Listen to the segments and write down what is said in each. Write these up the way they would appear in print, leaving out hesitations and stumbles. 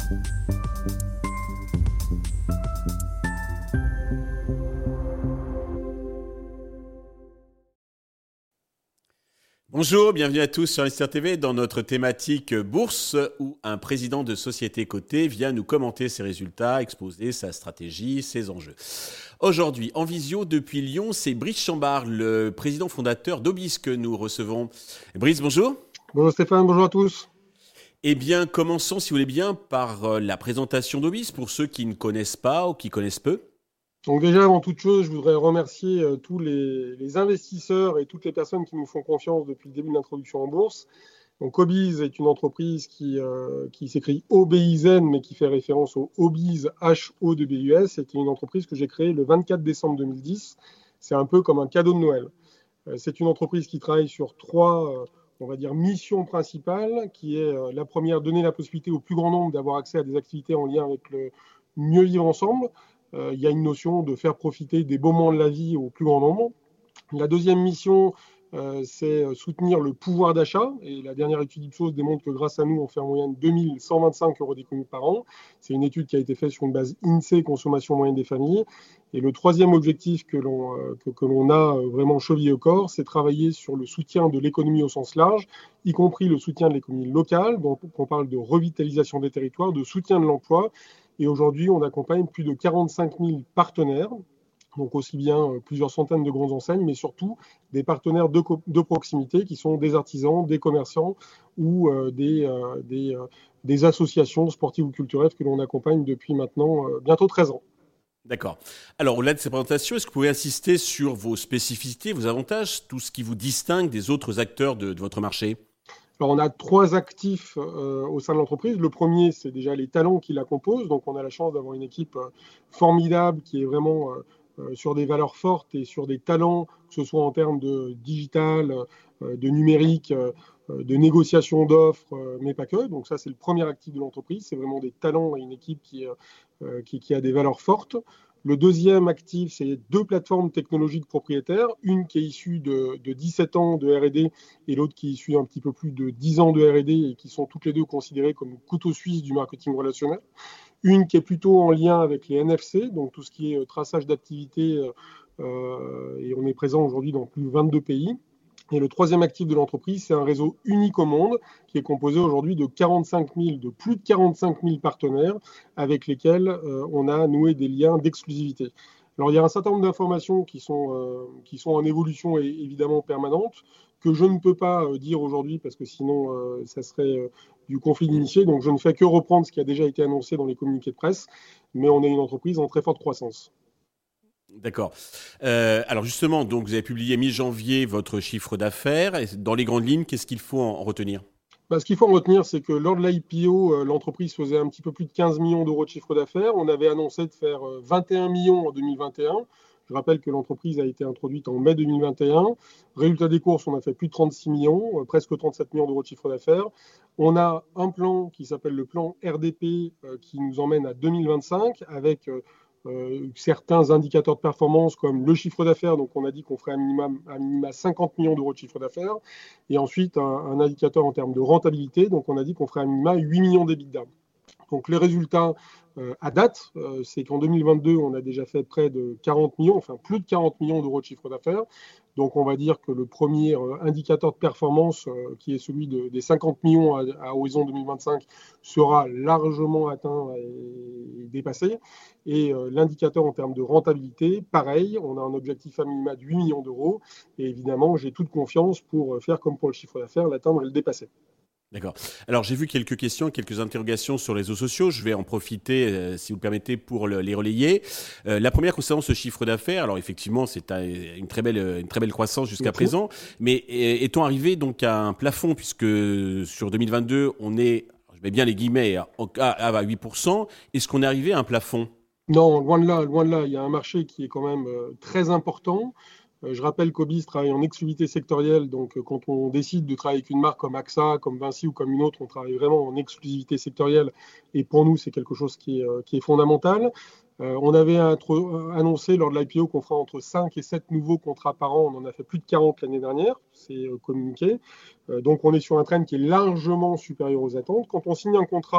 Bonjour, bienvenue à tous sur Investir TV dans notre thématique bourse où un président de société cotée vient nous commenter ses résultats, exposer sa stratégie, ses enjeux. Aujourd'hui, en visio depuis Lyon, c'est Brice Chambard, le président fondateur d'Obis que nous recevons. Brice, bonjour. Bonjour Stéphane, bonjour à tous. Eh bien, commençons, si vous voulez bien, par la présentation d'Obis pour ceux qui ne connaissent pas ou qui connaissent peu. Donc déjà, avant toute chose, je voudrais remercier tous les investisseurs et toutes les personnes qui nous font confiance depuis le début de l'introduction en bourse. Donc Obis est une entreprise qui s'écrit O-B-I-Z, mais qui fait référence au Obis, H-O-B-U-S. C'est une entreprise que j'ai créée le 24 décembre 2010. C'est un peu comme un cadeau de Noël. C'est une entreprise qui travaille sur trois, on va dire, missions principales, qui est la première, donner la possibilité au plus grand nombre d'avoir accès à des activités en lien avec le mieux vivre ensemble. Il y a une notion de faire profiter des beaux moments de la vie au plus grand nombre. La deuxième mission, c'est soutenir le pouvoir d'achat. Et la dernière étude Ipsos démontre que grâce à nous, on fait en moyenne 2125 € d'économie par an. C'est une étude qui a été faite sur une base INSEE, consommation moyenne des familles. Et le troisième objectif que l'on a vraiment chevillé au corps, c'est travailler sur le soutien de l'économie au sens large, y compris le soutien de l'économie locale. Donc on parle de revitalisation des territoires, de soutien de l'emploi. Et aujourd'hui, on accompagne plus de 45 000 partenaires, donc aussi bien plusieurs centaines de grandes enseignes, mais surtout des partenaires de proximité qui sont des artisans, des commerçants ou des associations sportives ou culturelles que l'on accompagne depuis maintenant bientôt 13 ans. D'accord. Alors, au-delà de ces présentations, est-ce que vous pouvez insister sur vos spécificités, vos avantages, tout ce qui vous distingue des autres acteurs de votre marché ? Alors, on a trois actifs au sein de l'entreprise. Le premier, c'est déjà les talents qui la composent. Donc, on a la chance d'avoir une équipe formidable qui est vraiment sur des valeurs fortes et sur des talents, que ce soit en termes de digital, de numérique, de négociation d'offres, mais pas que. Donc, ça, c'est le premier actif de l'entreprise. C'est vraiment des talents et une équipe qui a des valeurs fortes. Le deuxième actif, c'est deux plateformes technologiques propriétaires, une qui est issue de 17 ans de R&D et l'autre qui est issue un petit peu plus de 10 ans de R&D et qui sont toutes les deux considérées comme couteau suisse du marketing relationnel. Une qui est plutôt en lien avec les NFC, donc tout ce qui est traçage d'activité, et on est présent aujourd'hui dans plus de 22 pays. Et le troisième actif de l'entreprise, c'est un réseau unique au monde qui est composé aujourd'hui de plus de 45 000 partenaires avec lesquels on a noué des liens d'exclusivité. Alors, il y a un certain nombre d'informations qui sont en évolution et évidemment permanentes que je ne peux pas dire aujourd'hui parce que sinon, ça serait du conflit d'initiés. Donc, je ne fais que reprendre ce qui a déjà été annoncé dans les communiqués de presse, mais on est une entreprise en très forte croissance. D'accord. Alors justement, donc vous avez publié mi-janvier votre chiffre d'affaires. Dans les grandes lignes, qu'est-ce qu'il faut en retenir ? Ce qu'il faut en retenir, c'est que lors de l'IPO, l'entreprise faisait un petit peu plus de 15 millions d'euros de chiffre d'affaires. On avait annoncé de faire 21 millions en 2021. Je rappelle que l'entreprise a été introduite en mai 2021. Résultat des courses, on a fait plus de 36 millions, presque 37 millions d'euros de chiffre d'affaires. On a un plan qui s'appelle le plan RDP qui nous emmène à 2025 avec certains indicateurs de performance comme le chiffre d'affaires, donc on a dit qu'on ferait à minima 50 millions d'euros de chiffre d'affaires, et ensuite un indicateur en termes de rentabilité, donc on a dit qu'on ferait à minima 8 millions d'EBITDA. Donc les résultats à date, c'est qu'en 2022, on a déjà fait près de 40 millions, enfin plus de 40 millions d'euros de chiffre d'affaires. Donc on va dire que le premier indicateur de performance, qui est celui des 50 millions à horizon 2025, sera largement atteint et dépassé. Et l'indicateur en termes de rentabilité, pareil, on a un objectif à minima de 8 millions d'euros. Et évidemment, j'ai toute confiance pour faire comme pour le chiffre d'affaires, l'atteindre et le dépasser. D'accord. Alors, j'ai vu quelques questions, quelques interrogations sur les réseaux sociaux. Je vais en profiter, si vous le permettez, pour les relayer. La première concernant ce chiffre d'affaires. Alors, effectivement, c'est une très belle croissance jusqu'à présent. Mais est-on arrivé donc à un plafond, puisque sur 2022, on est, je mets bien les guillemets, à 8%. Est-ce qu'on est arrivé à un plafond ? Non, loin de là, loin de là. Il y a un marché qui est quand même très important. Je rappelle qu'Obis travaille en exclusivité sectorielle, donc quand on décide de travailler avec une marque comme AXA, comme Vinci ou comme une autre, on travaille vraiment en exclusivité sectorielle et pour nous, c'est quelque chose qui est fondamental. On avait annoncé lors de l'IPO qu'on fera entre 5 et 7 nouveaux contrats par an. On en a fait plus de 40 l'année dernière, c'est communiqué. Donc on est sur un trend qui est largement supérieur aux attentes. Quand on signe un contrat,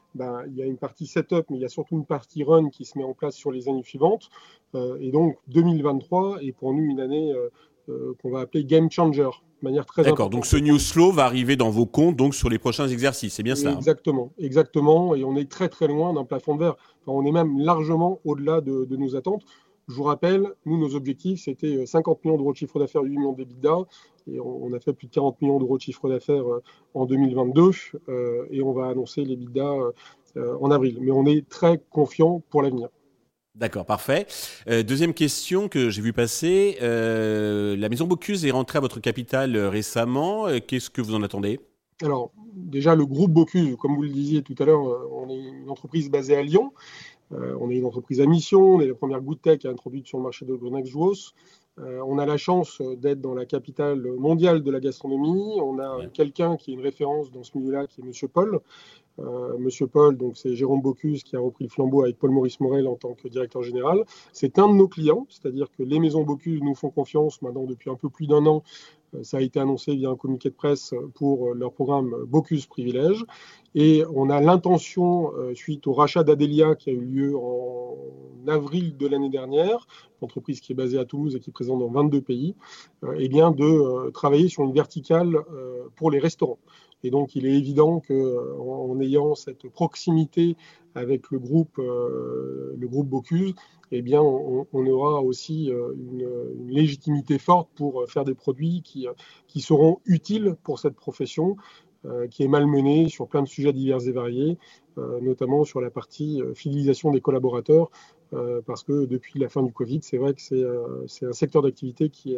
il y a une partie setup, mais il y a surtout une partie run qui se met en place sur les années suivantes. Et donc 2023 est pour nous une année qu'on va appeler game changer, de manière très D'accord, importante. donc ce news flow va arriver dans vos comptes donc sur les prochains exercices, c'est bien ça, hein? Exactement, exactement. Et on est très très loin d'un plafond de verre. Enfin, on est même largement au-delà de nos attentes. Je vous rappelle, nous, nos objectifs, c'était 50 millions d'euros de chiffre d'affaires, 8 millions d'EBITDA. Et on a fait plus de 40 millions d'euros de chiffre d'affaires en 2022. Et on va annoncer l'EBITDA en avril. Mais on est très confiant pour l'avenir. D'accord, parfait. Deuxième question que j'ai vu passer, la maison Bocuse est rentrée à votre capital récemment. Qu'est-ce que vous en attendez? Alors, déjà, le groupe Bocuse, comme vous le disiez tout à l'heure, on est une entreprise basée à Lyon. On est une entreprise à mission, on est la première good tech introduite sur le marché de l'Euronext Juos. On a la chance d'être dans la capitale mondiale de la gastronomie. On a quelqu'un qui est une référence dans ce milieu-là, qui est Monsieur Paul. Monsieur Paul, donc c'est Jérôme Bocuse qui a repris le flambeau avec Paul Maurice Morel en tant que directeur général. C'est un de nos clients, c'est-à-dire que les maisons Bocuse nous font confiance maintenant depuis un peu plus d'un an. Ça a été annoncé via un communiqué de presse pour leur programme Bocuse Privilège. Et on a l'intention, suite au rachat d'Adelia qui a eu lieu en avril de l'année dernière, entreprise qui est basée à Toulouse et qui est présente dans 22 pays, eh bien de travailler sur une verticale pour les restaurants. Et donc, il est évident qu'en ayant cette proximité avec le groupe Bocuse, eh bien, on aura aussi une légitimité forte pour faire des produits qui seront utiles pour cette profession, qui est malmenée sur plein de sujets divers et variés, notamment sur la partie fidélisation des collaborateurs, parce que depuis la fin du Covid, c'est vrai que c'est un secteur d'activité qui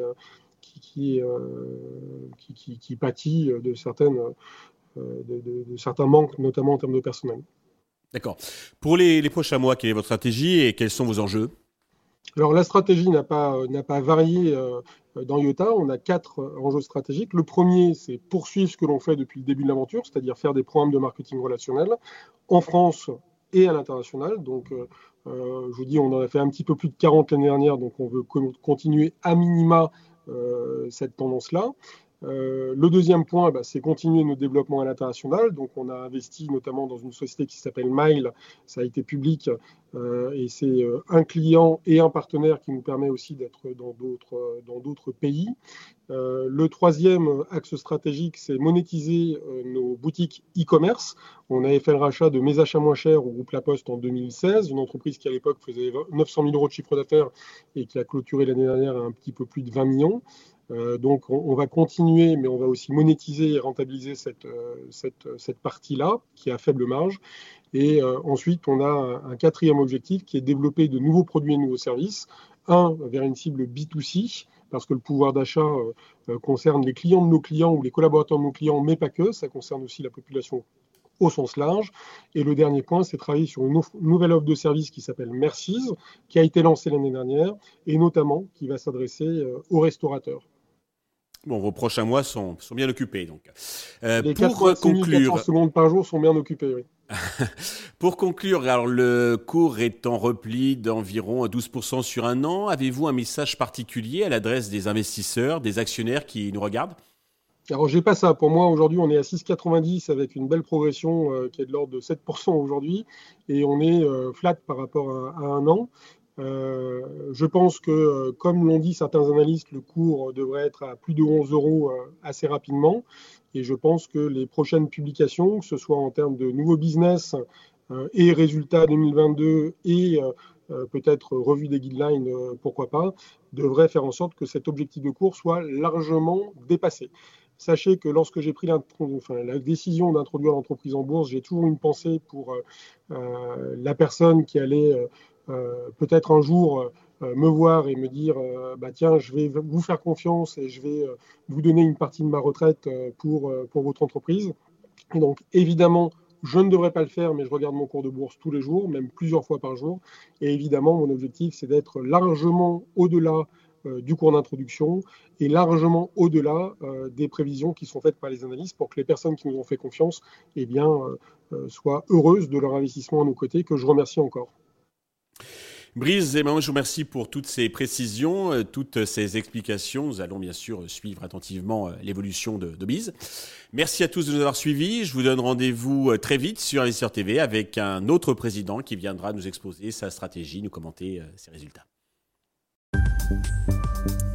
pâtit de certains manques, notamment en termes de personnel. D'accord. Pour les prochains mois, quelle est votre stratégie et quels sont vos enjeux? Alors la stratégie n'a pas varié dans IOTA. On a 4 enjeux stratégiques. Le premier, c'est poursuivre ce que l'on fait depuis le début de l'aventure, c'est-à-dire faire des programmes de marketing relationnel en France et à l'international. Donc, je vous dis, on en a fait un petit peu plus de 40 l'année dernière, donc on veut continuer à minima cette tendance-là. Le deuxième point, c'est continuer nos développements à l'international. Donc, on a investi notamment dans une société qui s'appelle Mile. Ça a été public et c'est un client et un partenaire qui nous permet aussi d'être dans d'autres pays. Le troisième axe stratégique, c'est monétiser nos boutiques e-commerce. On avait fait le rachat de Mes Achats Moins Chers au groupe La Poste en 2016, une entreprise qui à l'époque faisait 900 000 euros de chiffre d'affaires et qui a clôturé l'année dernière à un petit peu plus de 20 millions. Donc on va continuer, mais on va aussi monétiser et rentabiliser cette partie-là, qui est à faible marge. Et ensuite, on a un quatrième objectif qui est de développer de nouveaux produits et de nouveaux services. Un, vers une cible B2C, parce que le pouvoir d'achat concerne les clients de nos clients ou les collaborateurs de nos clients, mais pas que, ça concerne aussi la population au sens large. Et le dernier point, c'est travailler sur une nouvelle offre de service qui s'appelle Merci's, qui a été lancée l'année dernière, et notamment qui va s'adresser aux restaurateurs. Bon, vos prochains mois sont bien occupés, donc. Les Pour 400 conclure, secondes par jour sont bien occupées, oui. pour conclure, alors le cours est en repli d'environ 12% sur un an. Avez-vous un message particulier à l'adresse des investisseurs, des actionnaires qui nous regardent? Alors, j'ai pas ça. Pour moi, aujourd'hui, on est à 6,90 avec une belle progression qui est de l'ordre de 7% aujourd'hui. Et on est flat par rapport à un an. Je pense que, comme l'ont dit certains analystes, le cours devrait être à plus de 11 euros assez rapidement. Et je pense que les prochaines publications, que ce soit en termes de nouveaux business et résultats 2022 et peut-être revue des guidelines, pourquoi pas, devraient faire en sorte que cet objectif de cours soit largement dépassé. Sachez que lorsque j'ai pris la décision d'introduire l'entreprise en bourse, j'ai toujours une pensée pour la personne qui allait peut-être un jour me voir et me dire tiens, je vais vous faire confiance et je vais vous donner une partie de ma retraite pour votre entreprise. Et donc, évidemment, je ne devrais pas le faire, mais je regarde mon cours de bourse tous les jours, même plusieurs fois par jour. Et évidemment, mon objectif, c'est d'être largement au-delà du cours d'introduction et largement au-delà des prévisions qui sont faites par les analystes pour que les personnes qui nous ont fait confiance soient heureuses de leur investissement à nos côtés, que je remercie encore. Brice, et moi, je vous remercie pour toutes ces précisions, toutes ces explications. Nous allons bien sûr suivre attentivement l'évolution de Biz. Merci à tous de nous avoir suivis. Je vous donne rendez-vous très vite sur Investisseur TV avec un autre président qui viendra nous exposer sa stratégie, nous commenter ses résultats.